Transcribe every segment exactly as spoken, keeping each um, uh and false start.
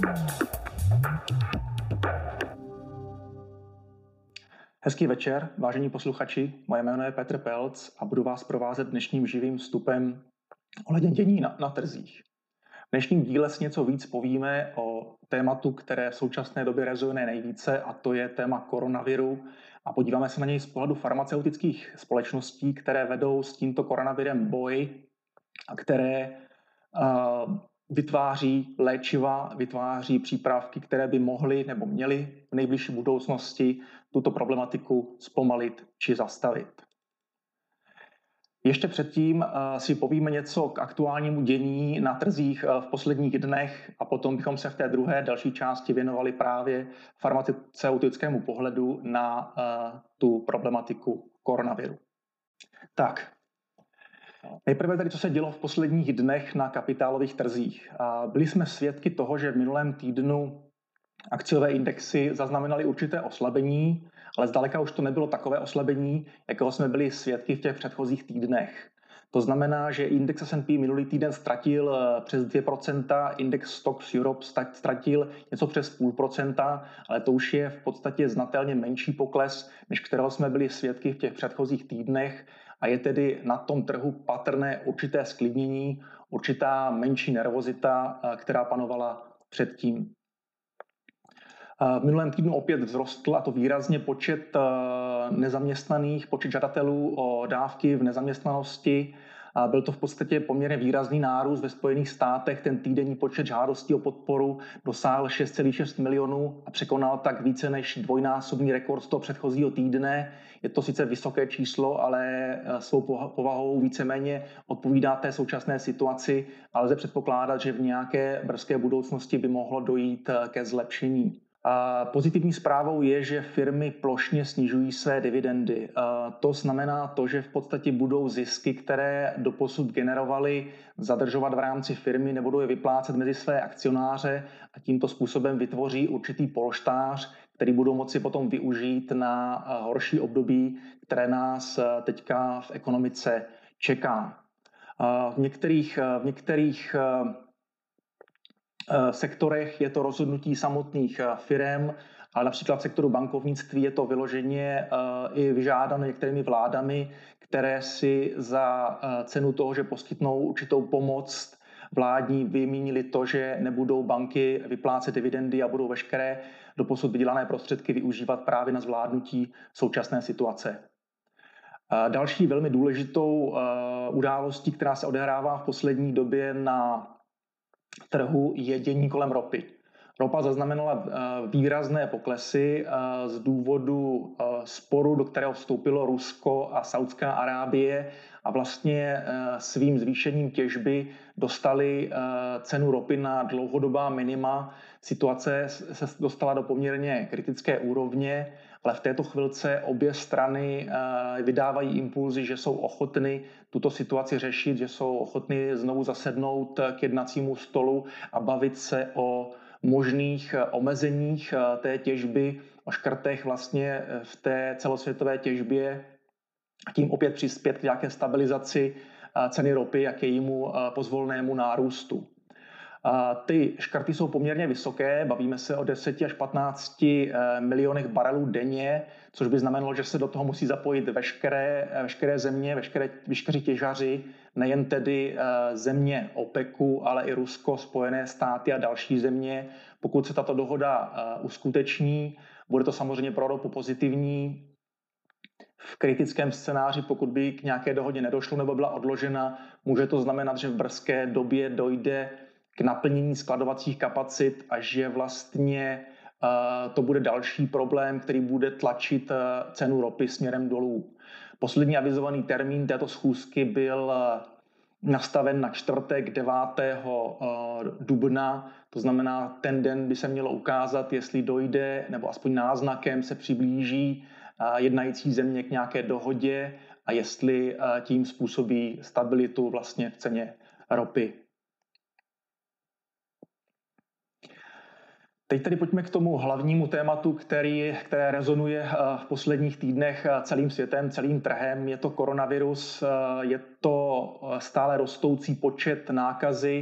Hezký večer, vážení posluchači. Moje jméno je Petr Pelc a budu vás provázet dnešním živým vstupem ohledně dění na, na trzích. V dnešním díle si něco víc povíme o tématu, které v současné době rezonuje nejvíce, a to je téma koronaviru. A podíváme se na něj z pohledu farmaceutických společností, které vedou s tímto koronavirem boj a které uh, vytváří léčiva, vytváří přípravky, které by mohly nebo měly v nejbližší budoucnosti tuto problematiku zpomalit či zastavit. Ještě předtím uh, si povíme něco k aktuálnímu dění na trzích uh, v posledních dnech a potom bychom se v té druhé další části věnovali právě farmaceutickému pohledu na uh, tu problematiku koronaviru. Tak, nejprve tady, co se dělo v posledních dnech na kapitálových trzích. Uh, byli jsme svědky toho, že v minulém týdnu akciové indexy zaznamenaly určité oslabení, ale zdaleka už to nebylo takové oslabení, jakého jsme byli svědky v těch předchozích týdnech. To znamená, že index S and P minulý týden ztratil přes dvě procenta, index Stocks Europe ztratil něco přes půl procenta, ale to už je v podstatě znatelně menší pokles, než kterého jsme byli svědky v těch předchozích týdnech, a je tedy na tom trhu patrné určité sklidnění, určitá menší nervozita, která panovala předtím. V minulém týdnu opět vzrostl, a to výrazně, počet nezaměstnaných, počet žadatelů o dávky v nezaměstnanosti. Byl to v podstatě poměrně výrazný nárůst ve Spojených státech. Ten týdenní počet žádostí o podporu dosáhl šest celá šest milionů a překonal tak více než dvojnásobný rekord z toho předchozího týdne. Je to sice vysoké číslo, ale svou povahou víceméně odpovídá té současné situaci a lze předpokládat, že v nějaké brzké budoucnosti by mohlo dojít ke zlepšení. A pozitivní zprávou je, že firmy plošně snižují své dividendy. A to znamená to, že v podstatě budou zisky, které doposud generovaly, zadržovat v rámci firmy, nebudou je vyplácet mezi své akcionáře a tímto způsobem vytvoří určitý polštář, který budou moci potom využít na horší období, které nás teďka v ekonomice čeká. A v některých, v některých sektorech je to rozhodnutí samotných firem, ale například v sektoru bankovnictví je to vyloženě i vyžádáno některými vládami, které si za cenu toho, že poskytnou určitou pomoc vládní, vymínili to, že nebudou banky vyplácet dividendy a budou veškeré doposud vydělané prostředky využívat právě na zvládnutí současné situace. Další velmi důležitou událostí, která se odehrává v poslední době na trhu, je dění kolem ropy. Ropa zaznamenala výrazné poklesy z důvodu sporu, do kterého vstoupilo Rusko a Saudská Arábie, a vlastně svým zvýšením těžby dostali cenu ropy na dlouhodobá minima. Situace se dostala do poměrně kritické úrovně, ale v této chvilce obě strany vydávají impulzy, že jsou ochotny tuto situaci řešit, že jsou ochotny znovu zasednout k jednacímu stolu a bavit se o možných omezeních té těžby, o škrtech vlastně v té celosvětové těžbě, a tím opět přispět k nějaké stabilizaci ceny ropy a k jejímu pozvolnému nárůstu. Ty škrty jsou poměrně vysoké, bavíme se o deset až patnáct milionech barelů denně, což by znamenalo, že se do toho musí zapojit veškeré, veškeré země, veškeré, veškeří těžaři, nejen tedy země OPECu, ale i Rusko, Spojené státy a další země. Pokud se tato dohoda uskuteční, bude to samozřejmě pro ropu pozitivní. V kritickém scénáři, pokud by k nějaké dohodě nedošlo nebo byla odložena, může to znamenat, že v brzké době dojde k naplnění skladovacích kapacit a že vlastně uh, to bude další problém, který bude tlačit uh, cenu ropy směrem dolů. Poslední avizovaný termín této schůzky byl uh, nastaven na čtvrtek devátého dubna, to znamená, ten den by se mělo ukázat, jestli dojde, nebo aspoň náznakem se přiblíží jednající země k nějaké dohodě a jestli tím způsobí stabilitu vlastně v ceně ropy. Teď tedy pojďme k tomu hlavnímu tématu, který, které rezonuje v posledních týdnech celým světem, celým trhem. Je to koronavirus, je to stále rostoucí počet nákazy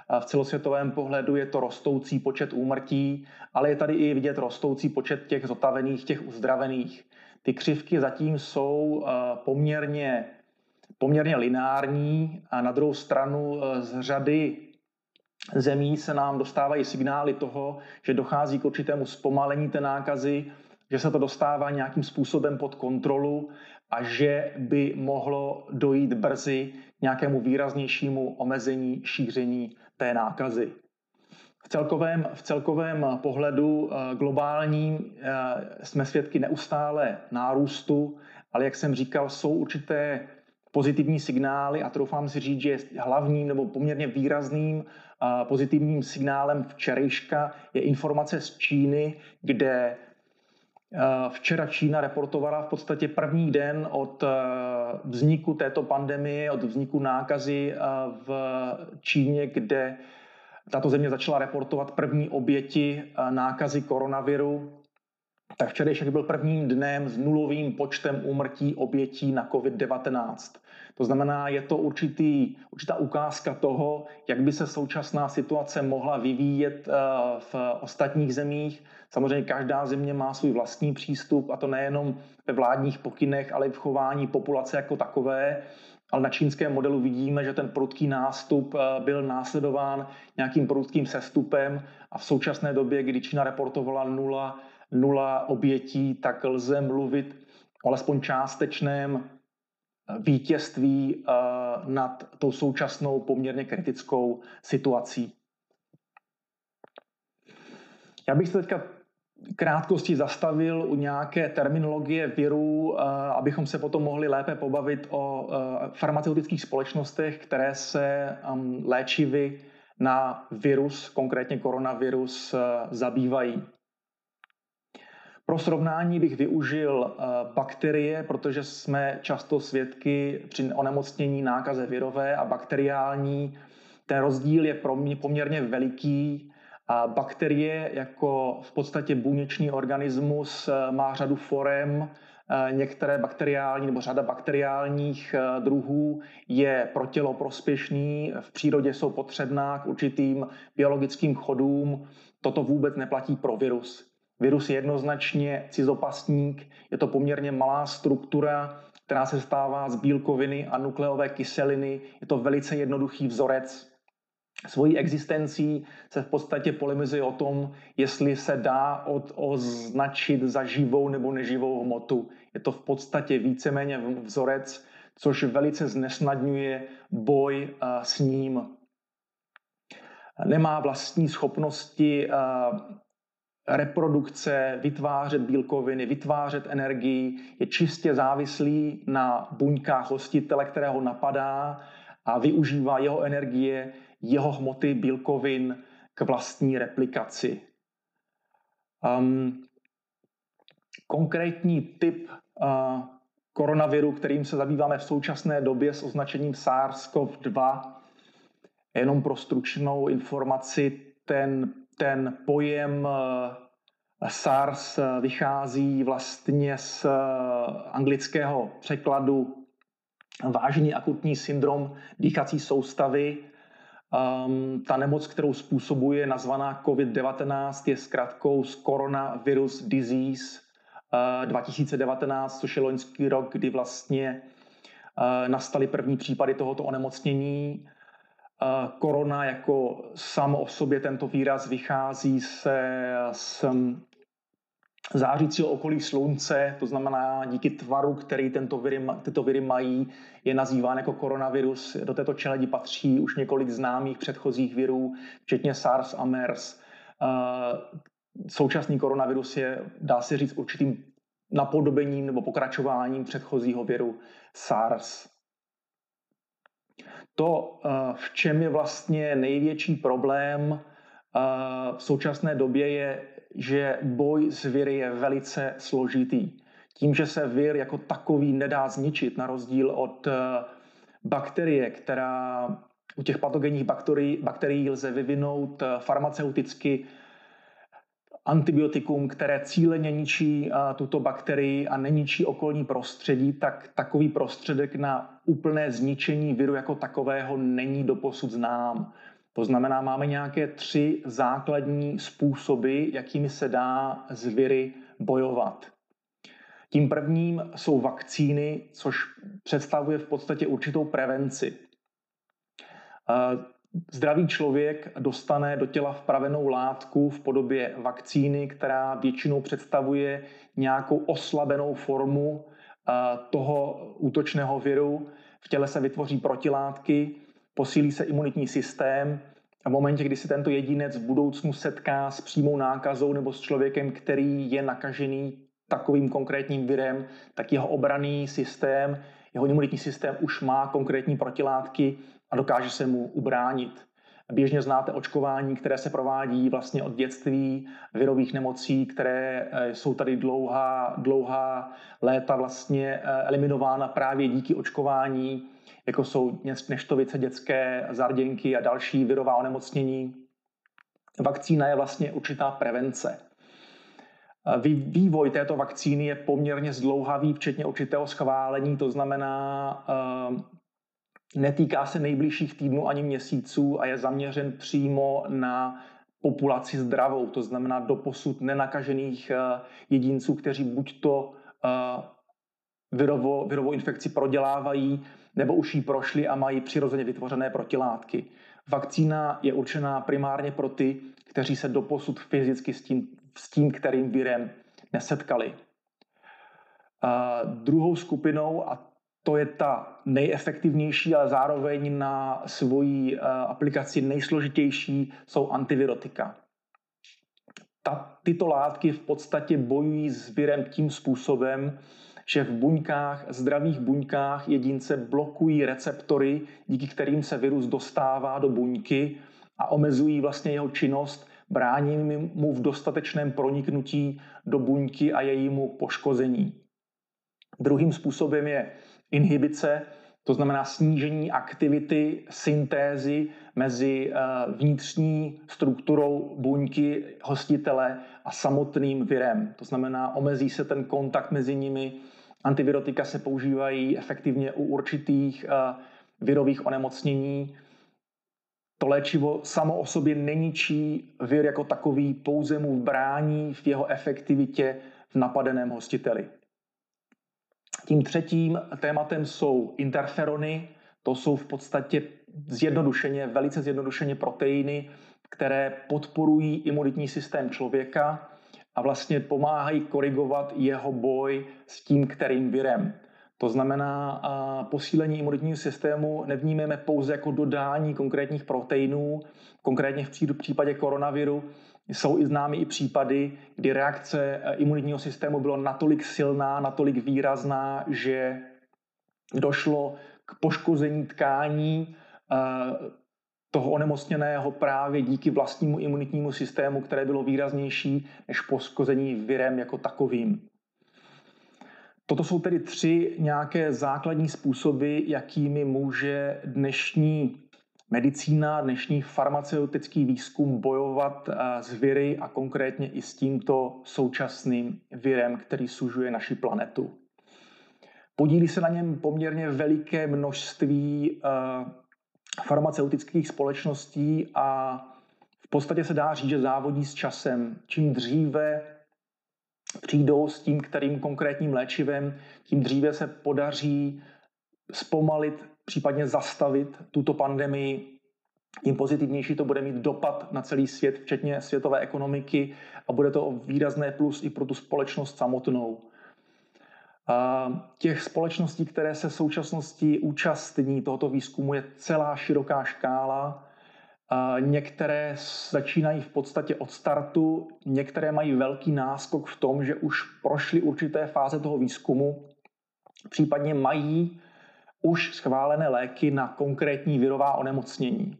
V celosvětovém pohledu je to rostoucí počet úmrtí, ale je tady i vidět rostoucí počet těch zotavených, těch uzdravených. Ty křivky zatím jsou poměrně, poměrně lineární a na druhou stranu z řady zemí se nám dostávají signály toho, že dochází k určitému zpomalení té nákazy, že se to dostává nějakým způsobem pod kontrolu a že by mohlo dojít brzy k nějakému výraznějšímu omezení šíření té nákazy. V celkovém, v celkovém pohledu globálním jsme svědky neustále nárůstu, ale jak jsem říkal, jsou určité pozitivní signály a troufám si říct, že hlavním nebo poměrně výrazným pozitivním signálem včerejška je informace z Číny, kde včera Čína reportovala v podstatě první den od vzniku této pandemie, od vzniku nákazy v Číně, kde tato země začala reportovat první oběti nákazy koronaviru. Tak včerejšek byl prvním dnem s nulovým počtem úmrtí obětí na covid devatenáct. To znamená, je to určitý, určitá ukázka toho, jak by se současná situace mohla vyvíjet v ostatních zemích. Samozřejmě každá země má svůj vlastní přístup, a to nejenom ve vládních pokynech, ale i v chování populace jako takové. Ale na čínském modelu vidíme, že ten prudký nástup byl následován nějakým prudkým sestupem a v současné době, kdy Čína reportovala nula, nula obětí, tak lze mluvit o alespoň částečném vítězství nad tou současnou poměrně kritickou situací. Já bych se teďka krátkosti zastavil u nějaké terminologie virů, abychom se potom mohli lépe pobavit o farmaceutických společnostech, které se léčivy na virus, konkrétně koronavirus, zabývají. Pro srovnání bych využil bakterie, protože jsme často svědky při onemocnění nákaze virové a bakteriální. Ten rozdíl je pro mě poměrně veliký. A bakterie jako v podstatě buněčný organismus má řadu forem. Některé bakteriální nebo řada bakteriálních druhů je pro tělo prospěšný, v přírodě jsou potřebná k určitým biologickým chodům. Toto vůbec neplatí pro virus. Virus je jednoznačně cizopastník, je to poměrně malá struktura, která se stává z bílkoviny a nukleové kyseliny. Je to velice jednoduchý vzorec. Svojí existencí se v podstatě polemizuje o tom, jestli se dá od, označit za živou nebo neživou hmotu. Je to v podstatě víceméně vzorec, což velice znesnadňuje boj uh, s ním. Nemá vlastní schopnosti uh, reprodukce, vytvářet bílkoviny, vytvářet energii, je čistě závislý na buňkách hostitele, kterého napadá a využívá jeho energie, jeho hmoty bílkovin k vlastní replikaci. Um, konkrétní typ uh, koronaviru, kterým se zabýváme v současné době s označením SARS-CoV dva, jenom pro stručnou informaci, ten, ten pojem uh, SARS vychází vlastně z uh, anglického překladu vážný akutní syndrom dýchací soustavy. Um, ta nemoc, kterou způsobuje, nazvaná covid devatenáct, je zkratkou z Coronavirus Disease uh, dva tisíce devatenáct, což je loňský rok, kdy vlastně uh, nastaly první případy tohoto onemocnění. Uh, korona jako samo o sobě, tento výraz vychází se z zářícího okolí slunce, to znamená díky tvaru, který tento viry, tyto viry mají, je nazýván jako koronavirus. Do této čeledi patří už několik známých předchozích virů, včetně SARS a MERS. Současný koronavirus je, dá se říct, určitým napodobením nebo pokračováním předchozího viru SARS. To, v čem je vlastně největší problém v současné době, je, že boj s viry je velice složitý. Tím, že se vir jako takový nedá zničit, na rozdíl od bakterie, která u těch patogenních bakterií, bakterií lze vyvinout farmaceuticky antibiotikum, které cíleně ničí tuto bakterii a neničí okolní prostředí, tak takový prostředek na úplné zničení viru jako takového není doposud znám. To znamená, máme nějaké tři základní způsoby, jakými se dá s viry bojovat. Tím prvním jsou vakcíny, což představuje v podstatě určitou prevenci. Zdravý člověk dostane do těla vpravenou látku v podobě vakcíny, která většinou představuje nějakou oslabenou formu toho útočného viru. V těle se vytvoří protilátky, posílí se imunitní systém a v momentě, kdy se tento jedinec v budoucnu setká s přímou nákazou nebo s člověkem, který je nakažený takovým konkrétním virem, tak jeho obranný systém, jeho imunitní systém už má konkrétní protilátky a dokáže se mu ubránit. Běžně znáte očkování, které se provádí vlastně od dětství, virových nemocí, které jsou tady dlouhá, dlouhá léta vlastně eliminována právě díky očkování, jako jsou neštovice dětské, zarděnky a další virová onemocnění. Vakcína je vlastně určitá prevence. Vývoj této vakcíny je poměrně zdlouhavý, včetně určitého schválení, to znamená, netýká se nejbližších týdnů ani měsíců a je zaměřen přímo na populaci zdravou, to znamená doposud nenakažených jedinců, kteří buď to virovo, virovou infekci prodělávají, nebo už ji prošli a mají přirozeně vytvořené protilátky. Vakcína je určená primárně pro ty, kteří se doposud fyzicky s tím, s tím kterým virem nesetkali. A druhou skupinou, a to je ta nejefektivnější, ale zároveň na svoji aplikaci nejsložitější, jsou antivirotika. Ta, tyto látky v podstatě bojují s virem tím způsobem, že v buňkách, zdravých buňkách jedince blokují receptory, díky kterým se virus dostává do buňky a omezují vlastně jeho činnost, brání mu v dostatečném proniknutí do buňky a jejímu poškození. Druhým způsobem je inhibice, to znamená snížení aktivity syntézy mezi vnitřní strukturou buňky hostitele a samotným virem. To znamená, omezí se ten kontakt mezi nimi. Antivirotika se používají efektivně u určitých virových onemocnění. To léčivo samo o sobě neničí vir jako takový, pouze mu brání v jeho efektivitě v napadeném hostiteli. Tím třetím tématem jsou interferony. To jsou v podstatě zjednodušeně, velice zjednodušeně proteiny, které podporují imunitní systém člověka a vlastně pomáhají korigovat jeho boj s tím kterým virem. To znamená, posílení imunitního systému nevnímáme pouze jako dodání konkrétních proteinů, konkrétně v případě koronaviru. Jsou i známy i případy, kdy reakce imunitního systému byla natolik silná, natolik výrazná, že došlo k poškození tkání toho onemocněného právě díky vlastnímu imunitnímu systému, které bylo výraznější než poškození virem jako takovým. Toto jsou tedy tři nějaké základní způsoby, jakými může dnešní medicína, dnešní farmaceutický výzkum bojovat s viry a konkrétně i s tímto současným virem, který sužuje naši planetu. Podílí se na něm poměrně veliké množství farmaceutických společností a v podstatě se dá říct, že závodí s časem. Čím dříve přijdou s tím kterým konkrétním léčivem, tím dříve se podaří zpomalit, případně zastavit tuto pandemii, tím pozitivnější to bude mít dopad na celý svět, včetně světové ekonomiky a bude to výrazné plus i pro tu společnost samotnou. A těch společností, které se v současnosti účastní tohoto výzkumu, je celá široká škála. A některé začínají v podstatě od startu, některé mají velký náskok v tom, že už prošly určité fáze toho výzkumu, případně mají už schválené léky na konkrétní virová onemocnění.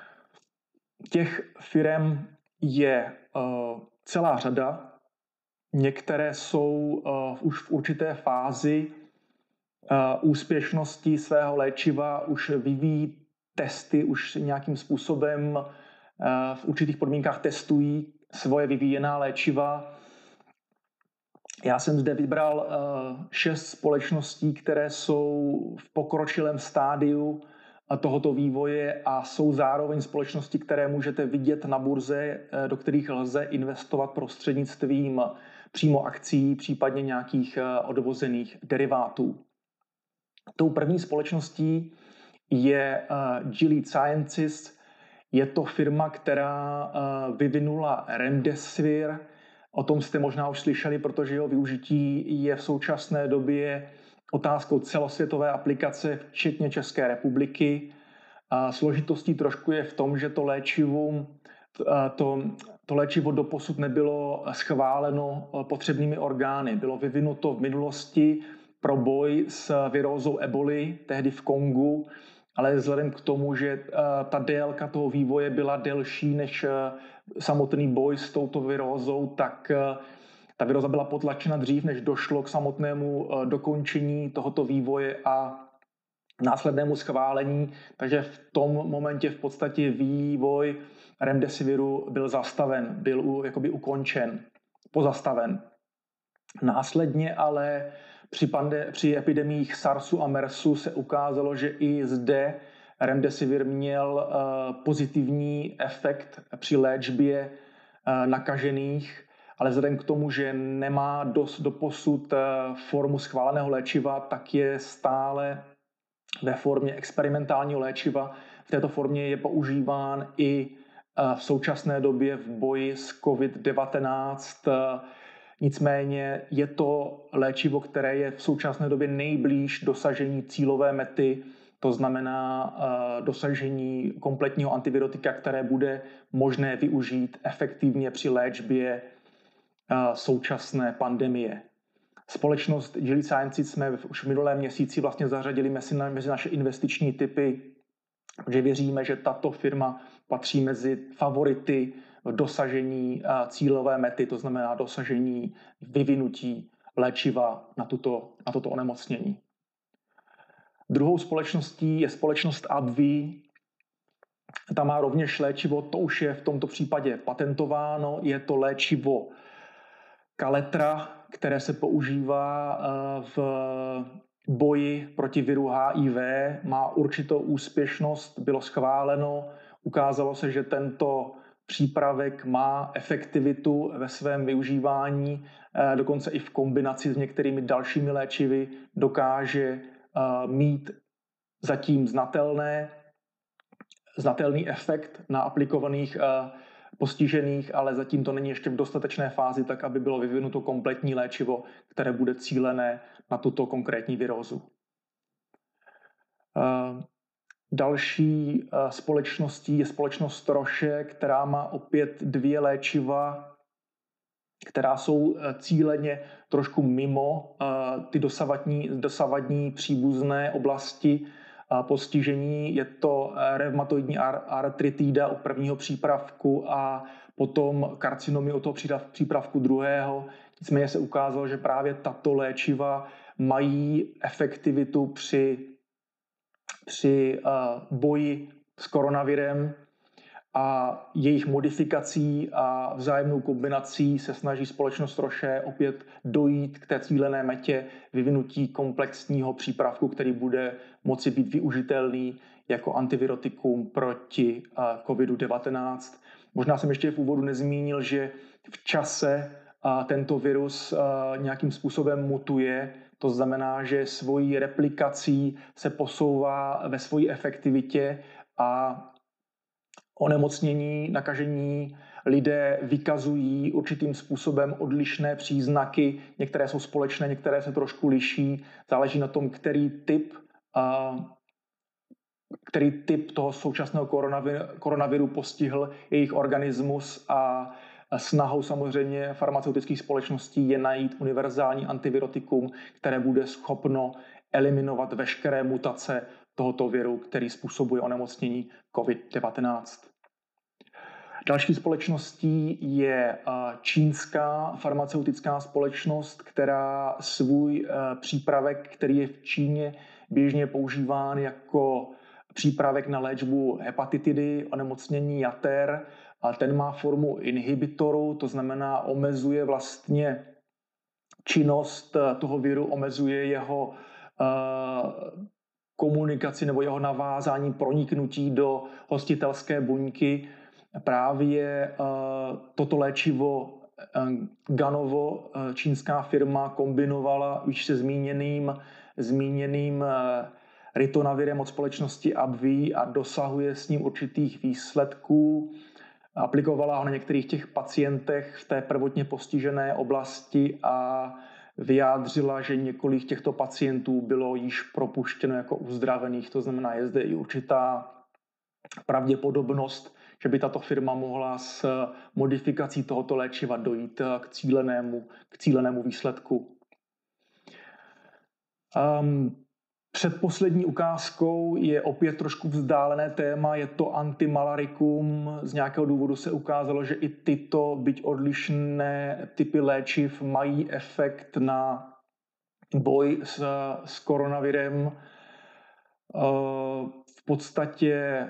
Těch firem je uh, celá řada. Některé jsou uh, už v určité fázi uh, úspěšnosti svého léčiva, už vyvíjí testy, už nějakým způsobem uh, v určitých podmínkách testují svoje vyvíjená léčiva. Já jsem zde vybral uh, šest společností, které jsou v pokročilém stádiu tohoto vývoje a jsou zároveň společnosti, které můžete vidět na burze, do kterých lze investovat prostřednictvím přímo akcí, případně nějakých odvozených derivátů. Tou první společností je Gilead Sciences. Je to firma, která vyvinula Remdesivir. O tom jste možná už slyšeli, protože jeho využití je v současné době otázkou celosvětové aplikace, včetně České republiky. Složitostí trošku je v tom, že to léčivo, to, to léčivo doposud nebylo schváleno potřebnými orgány. Bylo vyvinuto v minulosti pro boj s virózou eboli, tehdy v Kongu, ale vzhledem k tomu, že ta délka toho vývoje byla delší než samotný boj s touto virózou, tak ta viróza byla potlačena dřív, než došlo k samotnému dokončení tohoto vývoje a následnému schválení. Takže v tom momentě v podstatě vývoj Remdesiviru byl zastaven, byl u, jakoby ukončen, pozastaven. Následně ale při, pande- při epidemiích SARSu a MERSu se ukázalo, že i zde Remdesivir měl uh, pozitivní efekt při léčbě uh, nakažených, ale vzhledem k tomu, že nemá dost doposud uh, formu schváleného léčiva, tak je stále ve formě experimentálního léčiva. V této formě je používán i uh, v současné době v boji s covid devatenáct. Uh, Nicméně je to léčivo, které je v současné době nejblíž dosažení cílové mety, to znamená uh, dosažení kompletního antivirotika, které bude možné využít efektivně při léčbě uh, současné pandemie. Společnost Gilead Sciences jsme už v minulém měsíci vlastně zařadili mezi, na, mezi naše investiční typy, protože věříme, že tato firma patří mezi favority v dosažení cílové mety, to znamená dosažení vyvinutí léčiva na, tuto, na toto onemocnění. Druhou společností je společnost AbbVie. Ta má rovněž léčivo, to už je v tomto případě patentováno, je to léčivo Kaletra, které se používá v boji proti viru H I V, má určitou úspěšnost, bylo schváleno, ukázalo se, že tento přípravek má efektivitu ve svém využívání, dokonce i v kombinaci s některými dalšími léčivy dokáže mít zatím znatelné, znatelný efekt na aplikovaných postižených, ale zatím to není ještě v dostatečné fázi, tak aby bylo vyvinuto kompletní léčivo, které bude cílené na tuto konkrétní virózu. Další společností je společnost Roche, která má opět dvě léčiva, která jsou cíleně trošku mimo ty dosavadní, dosavadní příbuzné oblasti postižení. Je to reumatoidní artritída u prvního přípravku a potom karcinomy u toho přípravku druhého. Nicméně se ukázalo, že právě tato léčiva mají efektivitu při, při boji s koronavirem a jejich modifikací a vzájemnou kombinací se snaží společnost Roche opět dojít k té cílené metě vyvinutí komplexního přípravku, který bude moci být využitelný jako antivirotikum proti covid devatenáct. Možná jsem ještě v úvodu nezmínil, že v čase tento virus nějakým způsobem mutuje, to znamená, že svojí replikací se posouvá ve své efektivitě a onemocnění, nakažení lidé vykazují určitým způsobem odlišné příznaky. Některé jsou společné, některé se trošku liší. Záleží na tom, který typ, který typ toho současného koronaviru, koronaviru postihl jejich organismus a snahou samozřejmě farmaceutických společností je najít univerzální antivirotikum, které bude schopno eliminovat veškeré mutace tohoto viru, který způsobuje onemocnění covid devatenáct. Další společností je čínská farmaceutická společnost, která svůj přípravek, který je v Číně běžně používán jako přípravek na léčbu hepatitidy, onemocnění jater, a ten má formu inhibitoru, to znamená omezuje vlastně činnost toho viru, omezuje jeho komunikaci nebo jeho navázání, proniknutí do hostitelské buňky právě toto léčivo Ganovo, čínská firma, kombinovala už se zmíněným, zmíněným ritonavirem od společnosti AbbVie a dosahuje s ním určitých výsledků. Aplikovala ho na některých těch pacientech v té prvotně postižené oblasti a vyjádřila, že několik těchto pacientů bylo již propuštěno jako uzdravených. To znamená, je zde i určitá pravděpodobnost, že by tato firma mohla s modifikací tohoto léčiva dojít k cílenému, k cílenému výsledku. Um, Předposlední ukázkou je opět trošku vzdálené téma, je to antimalarikum. Z nějakého důvodu se ukázalo, že i tyto, byť odlišné typy léčiv, mají efekt na boj s, s koronavirem. V podstatě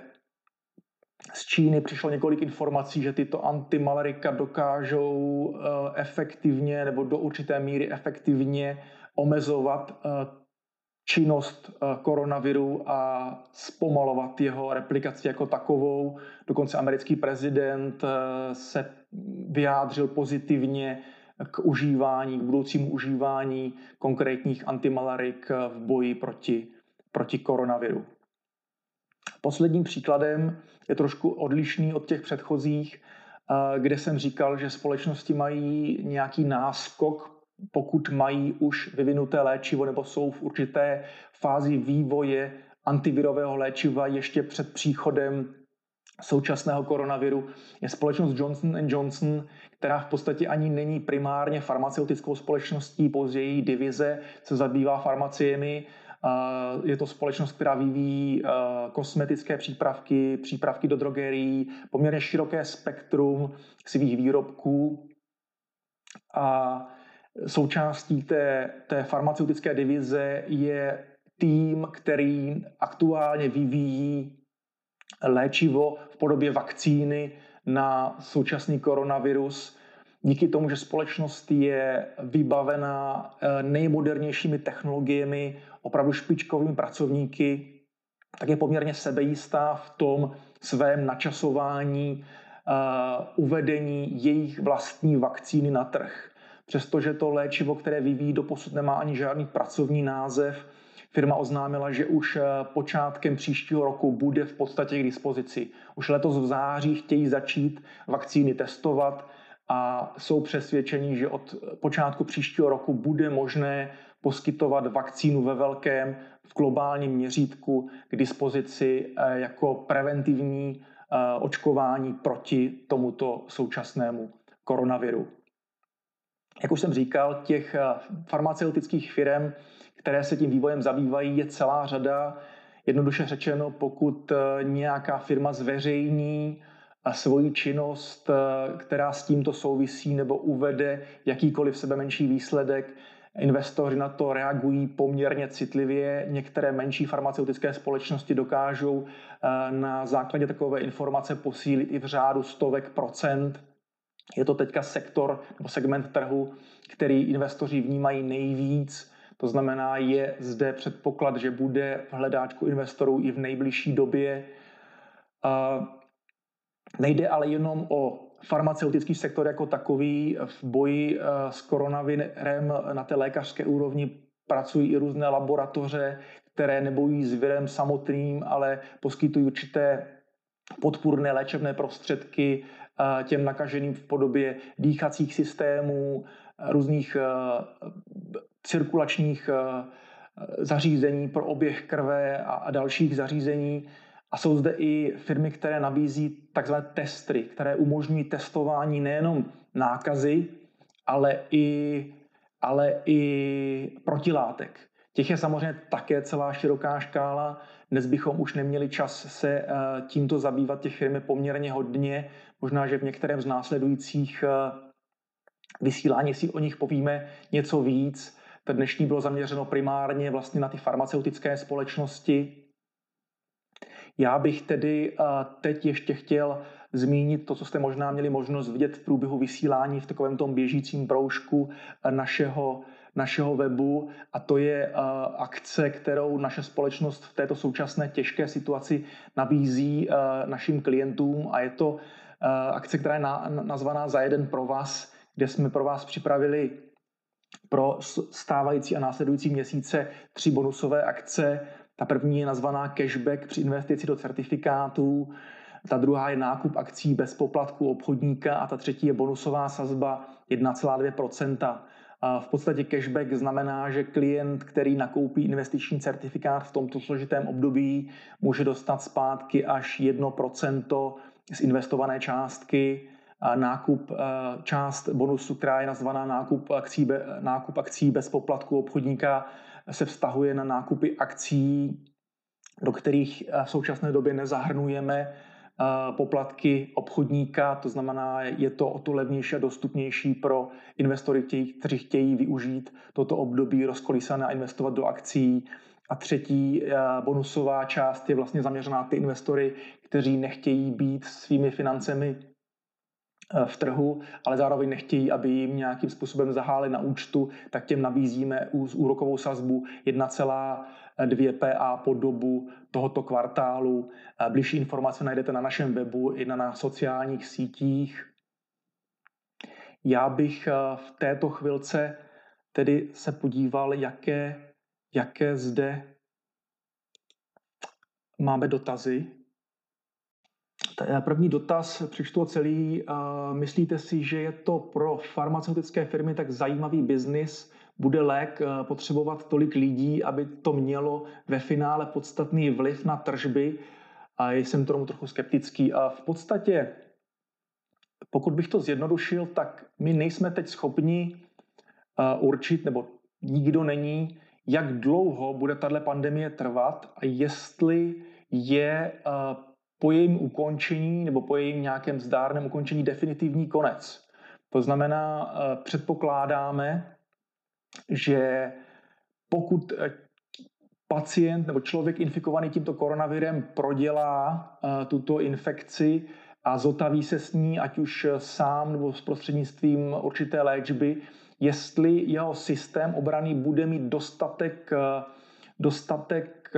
z Číny přišlo několik informací, že tyto antimalarika dokážou efektivně nebo do určité míry efektivně omezovat činnost koronaviru a zpomalovat jeho replikaci jako takovou. Dokonce americký prezident se vyjádřil pozitivně k užívání, k budoucímu užívání konkrétních antimalarik v boji proti, proti koronaviru. Posledním příkladem je trošku odlišný od těch předchozích, kde jsem říkal, že společnosti mají nějaký náskok, pokud mají už vyvinuté léčivo nebo jsou v určité fázi vývoje antivirového léčiva ještě před příchodem současného koronaviru, je společnost Johnson and Johnson, která v podstatě ani není primárně farmaceutickou společností, pouze její divize se zabývá farmaciemi. Je to společnost, která vyvíjí kosmetické přípravky, přípravky do drogerií, poměrně široké spektrum svých výrobků. A součástí té, té farmaceutické divize je tým, který aktuálně vyvíjí léčivo v podobě vakcíny na současný koronavirus. Díky tomu, že společnost je vybavena nejmodernějšími technologiemi, opravdu špičkovými pracovníky, tak je poměrně sebejistá v tom svém načasování uh, uvedení jejich vlastní vakcíny na trh. Přestože to léčivo, které vyvíjí, doposud nemá ani žádný pracovní název, firma oznámila, že už počátkem příštího roku bude v podstatě k dispozici. Už letos v září chtějí začít vakcíny testovat a jsou přesvědčeni, že od počátku příštího roku bude možné poskytovat vakcínu ve velkém, v globálním měřítku k dispozici jako preventivní očkování proti tomuto současnému koronaviru. Jak už jsem říkal, těch farmaceutických firm, které se tím vývojem zabývají, je celá řada. Jednoduše řečeno, pokud nějaká firma zveřejní svoji činnost, která s tímto souvisí, nebo uvede jakýkoliv sebemenší výsledek, investoři na to reagují poměrně citlivě. Některé menší farmaceutické společnosti dokážou na základě takové informace posílit i v řádu stovek procent. Je to teďka sektor nebo segment trhu, který investoři vnímají nejvíc. To znamená, je zde předpoklad, že bude v hledáčku investorů i v nejbližší době. Nejde ale jenom o farmaceutický sektor jako takový. V boji s koronavirem na té lékařské úrovni pracují i různé laboratoře, které nebojí s virem samotným, ale poskytují určité podpůrné léčebné prostředky těm nakaženým v podobě dýchacích systémů, různých cirkulačních zařízení pro oběh krve a dalších zařízení. A jsou zde i firmy, které nabízí takzvané testry, které umožňují testování nejenom nákazy, ale i, ale i protilátek. Těch je samozřejmě také celá široká škála. Dnes bychom už neměli čas se tímto zabývat, těch firm je poměrně hodně. Možná, že v některém z následujících vysílání si o nich povíme něco víc. To dnešní bylo zaměřeno primárně vlastně na ty farmaceutické společnosti. Já bych tedy teď ještě chtěl zmínit to, co jste možná měli možnost vidět v průběhu vysílání v takovém tom běžícím proužku našeho, našeho webu, a to je uh, akce, kterou naše společnost v této současné těžké situaci nabízí uh, našim klientům, a je to uh, akce, která je na, nazvaná Za jeden pro vás, kde jsme pro vás připravili pro stávající a následující měsíce tři bonusové akce. Ta první je nazvaná cashback při investici do certifikátů, ta druhá je nákup akcí bez poplatku obchodníka a ta třetí je bonusová sazba jedna celá dvě procenta. V podstatě cashback znamená, že klient, který nakoupí investiční certifikát v tomto složitém období, může dostat zpátky až jedno procento z investované částky. Nákup, část bonusu, která je nazvaná nákup akcí, nákup akcí bez poplatku obchodníka, se vztahuje na nákupy akcí, do kterých v současné době nezahrnujeme poplatky obchodníka, to znamená, je to o to levnější a dostupnější pro investory, kteří chtějí využít toto období rozkolísané a investovat do akcí. A třetí bonusová část je vlastně zaměřená na ty investory, kteří nechtějí být svými financemi v trhu, ale zároveň nechtějí, aby jim nějakým způsobem zaháli na účtu, tak těm nabízíme úrokovou sazbu jedna celá dvě procenta po dobu tohoto kvartálu. Bližší informace najdete na našem webu i na, na sociálních sítích. Já bych v této chvilce tedy se podíval, jaké, jaké zde máme dotazy. První dotaz, přečtu ho celý. Myslíte si, že je to pro farmaceutické firmy tak zajímavý biznis? Bude lék potřebovat tolik lidí, aby to mělo ve finále podstatný vliv na tržby? A jsem tomu trochu skeptický. A v podstatě, pokud bych to zjednodušil, tak my nejsme teď schopni určit, nebo nikdo není, jak dlouho bude tato pandemie trvat a jestli je po jejím ukončení nebo po jejím nějakém zdárném ukončení definitivní konec. To znamená, předpokládáme, že pokud pacient nebo člověk infikovaný tímto koronavirem prodělá tuto infekci a zotaví se s ní, ať už sám nebo s prostřednictvím určité léčby, jestli jeho systém obranný bude mít dostatek, dostatek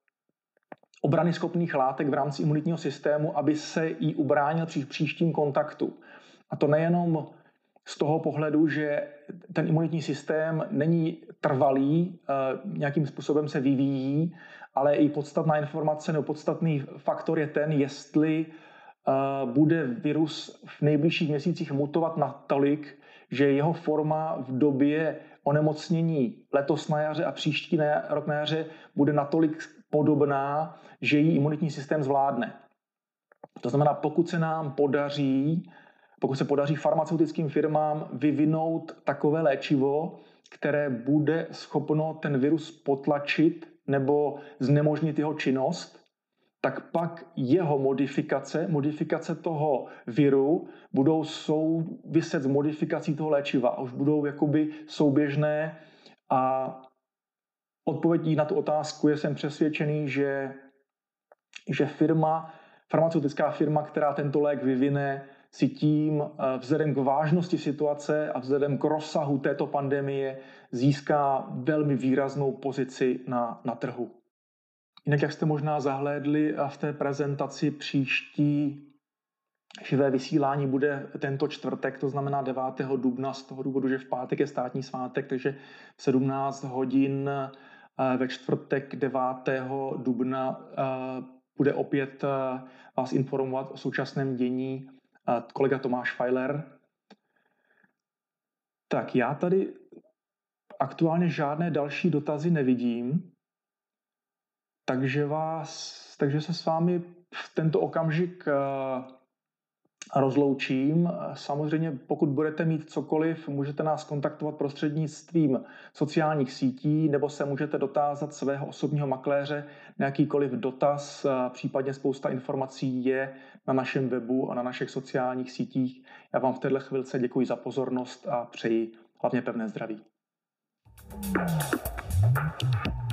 obrany schopných látek v rámci imunitního systému, aby se jí ubránil při příštím kontaktu. A to nejenom z toho pohledu, že ten imunitní systém není trvalý, nějakým způsobem se vyvíjí, ale i podstatná informace nebo podstatný faktor je ten, jestli bude virus v nejbližších měsících mutovat natolik, že jeho forma v době onemocnění letos na jaře a příští rok na jaře bude natolik podobná, že ji imunitní systém zvládne. To znamená, pokud se nám podaří, pokud se podaří farmaceutickým firmám vyvinout takové léčivo, které bude schopno ten virus potlačit nebo znemožnit jeho činnost, tak pak jeho modifikace, modifikace toho viru budou souviset s modifikací toho léčiva a už budou jakoby souběžné. A odpovědí na tu otázku je, jsem přesvědčený, že, že firma, farmaceutická firma, která tento lék vyvine, si tím vzhledem k vážnosti situace a vzhledem k rozsahu této pandemie získá velmi výraznou pozici na, na trhu. Jinak, jak jste možná zahlédli v té prezentaci, příští živé vysílání bude tento čtvrtek, to znamená devátého dubna, z toho důvodu, že v pátek je státní svátek, takže v sedmnáct hodin ve čtvrtek devátého dubna bude opět vás informovat o současném dění kolega Tomáš Feiler. Tak já tady aktuálně žádné další dotazy nevidím, takže, vás, takže se s vámi v tento okamžik rozloučím. Samozřejmě, pokud budete mít cokoliv, můžete nás kontaktovat prostřednictvím sociálních sítí nebo se můžete dotázat svého osobního makléře na jakýkoliv dotaz. Případně spousta informací je na našem webu a na našich sociálních sítích. Já vám v této chvilce děkuji za pozornost a přeji hlavně pevné zdraví.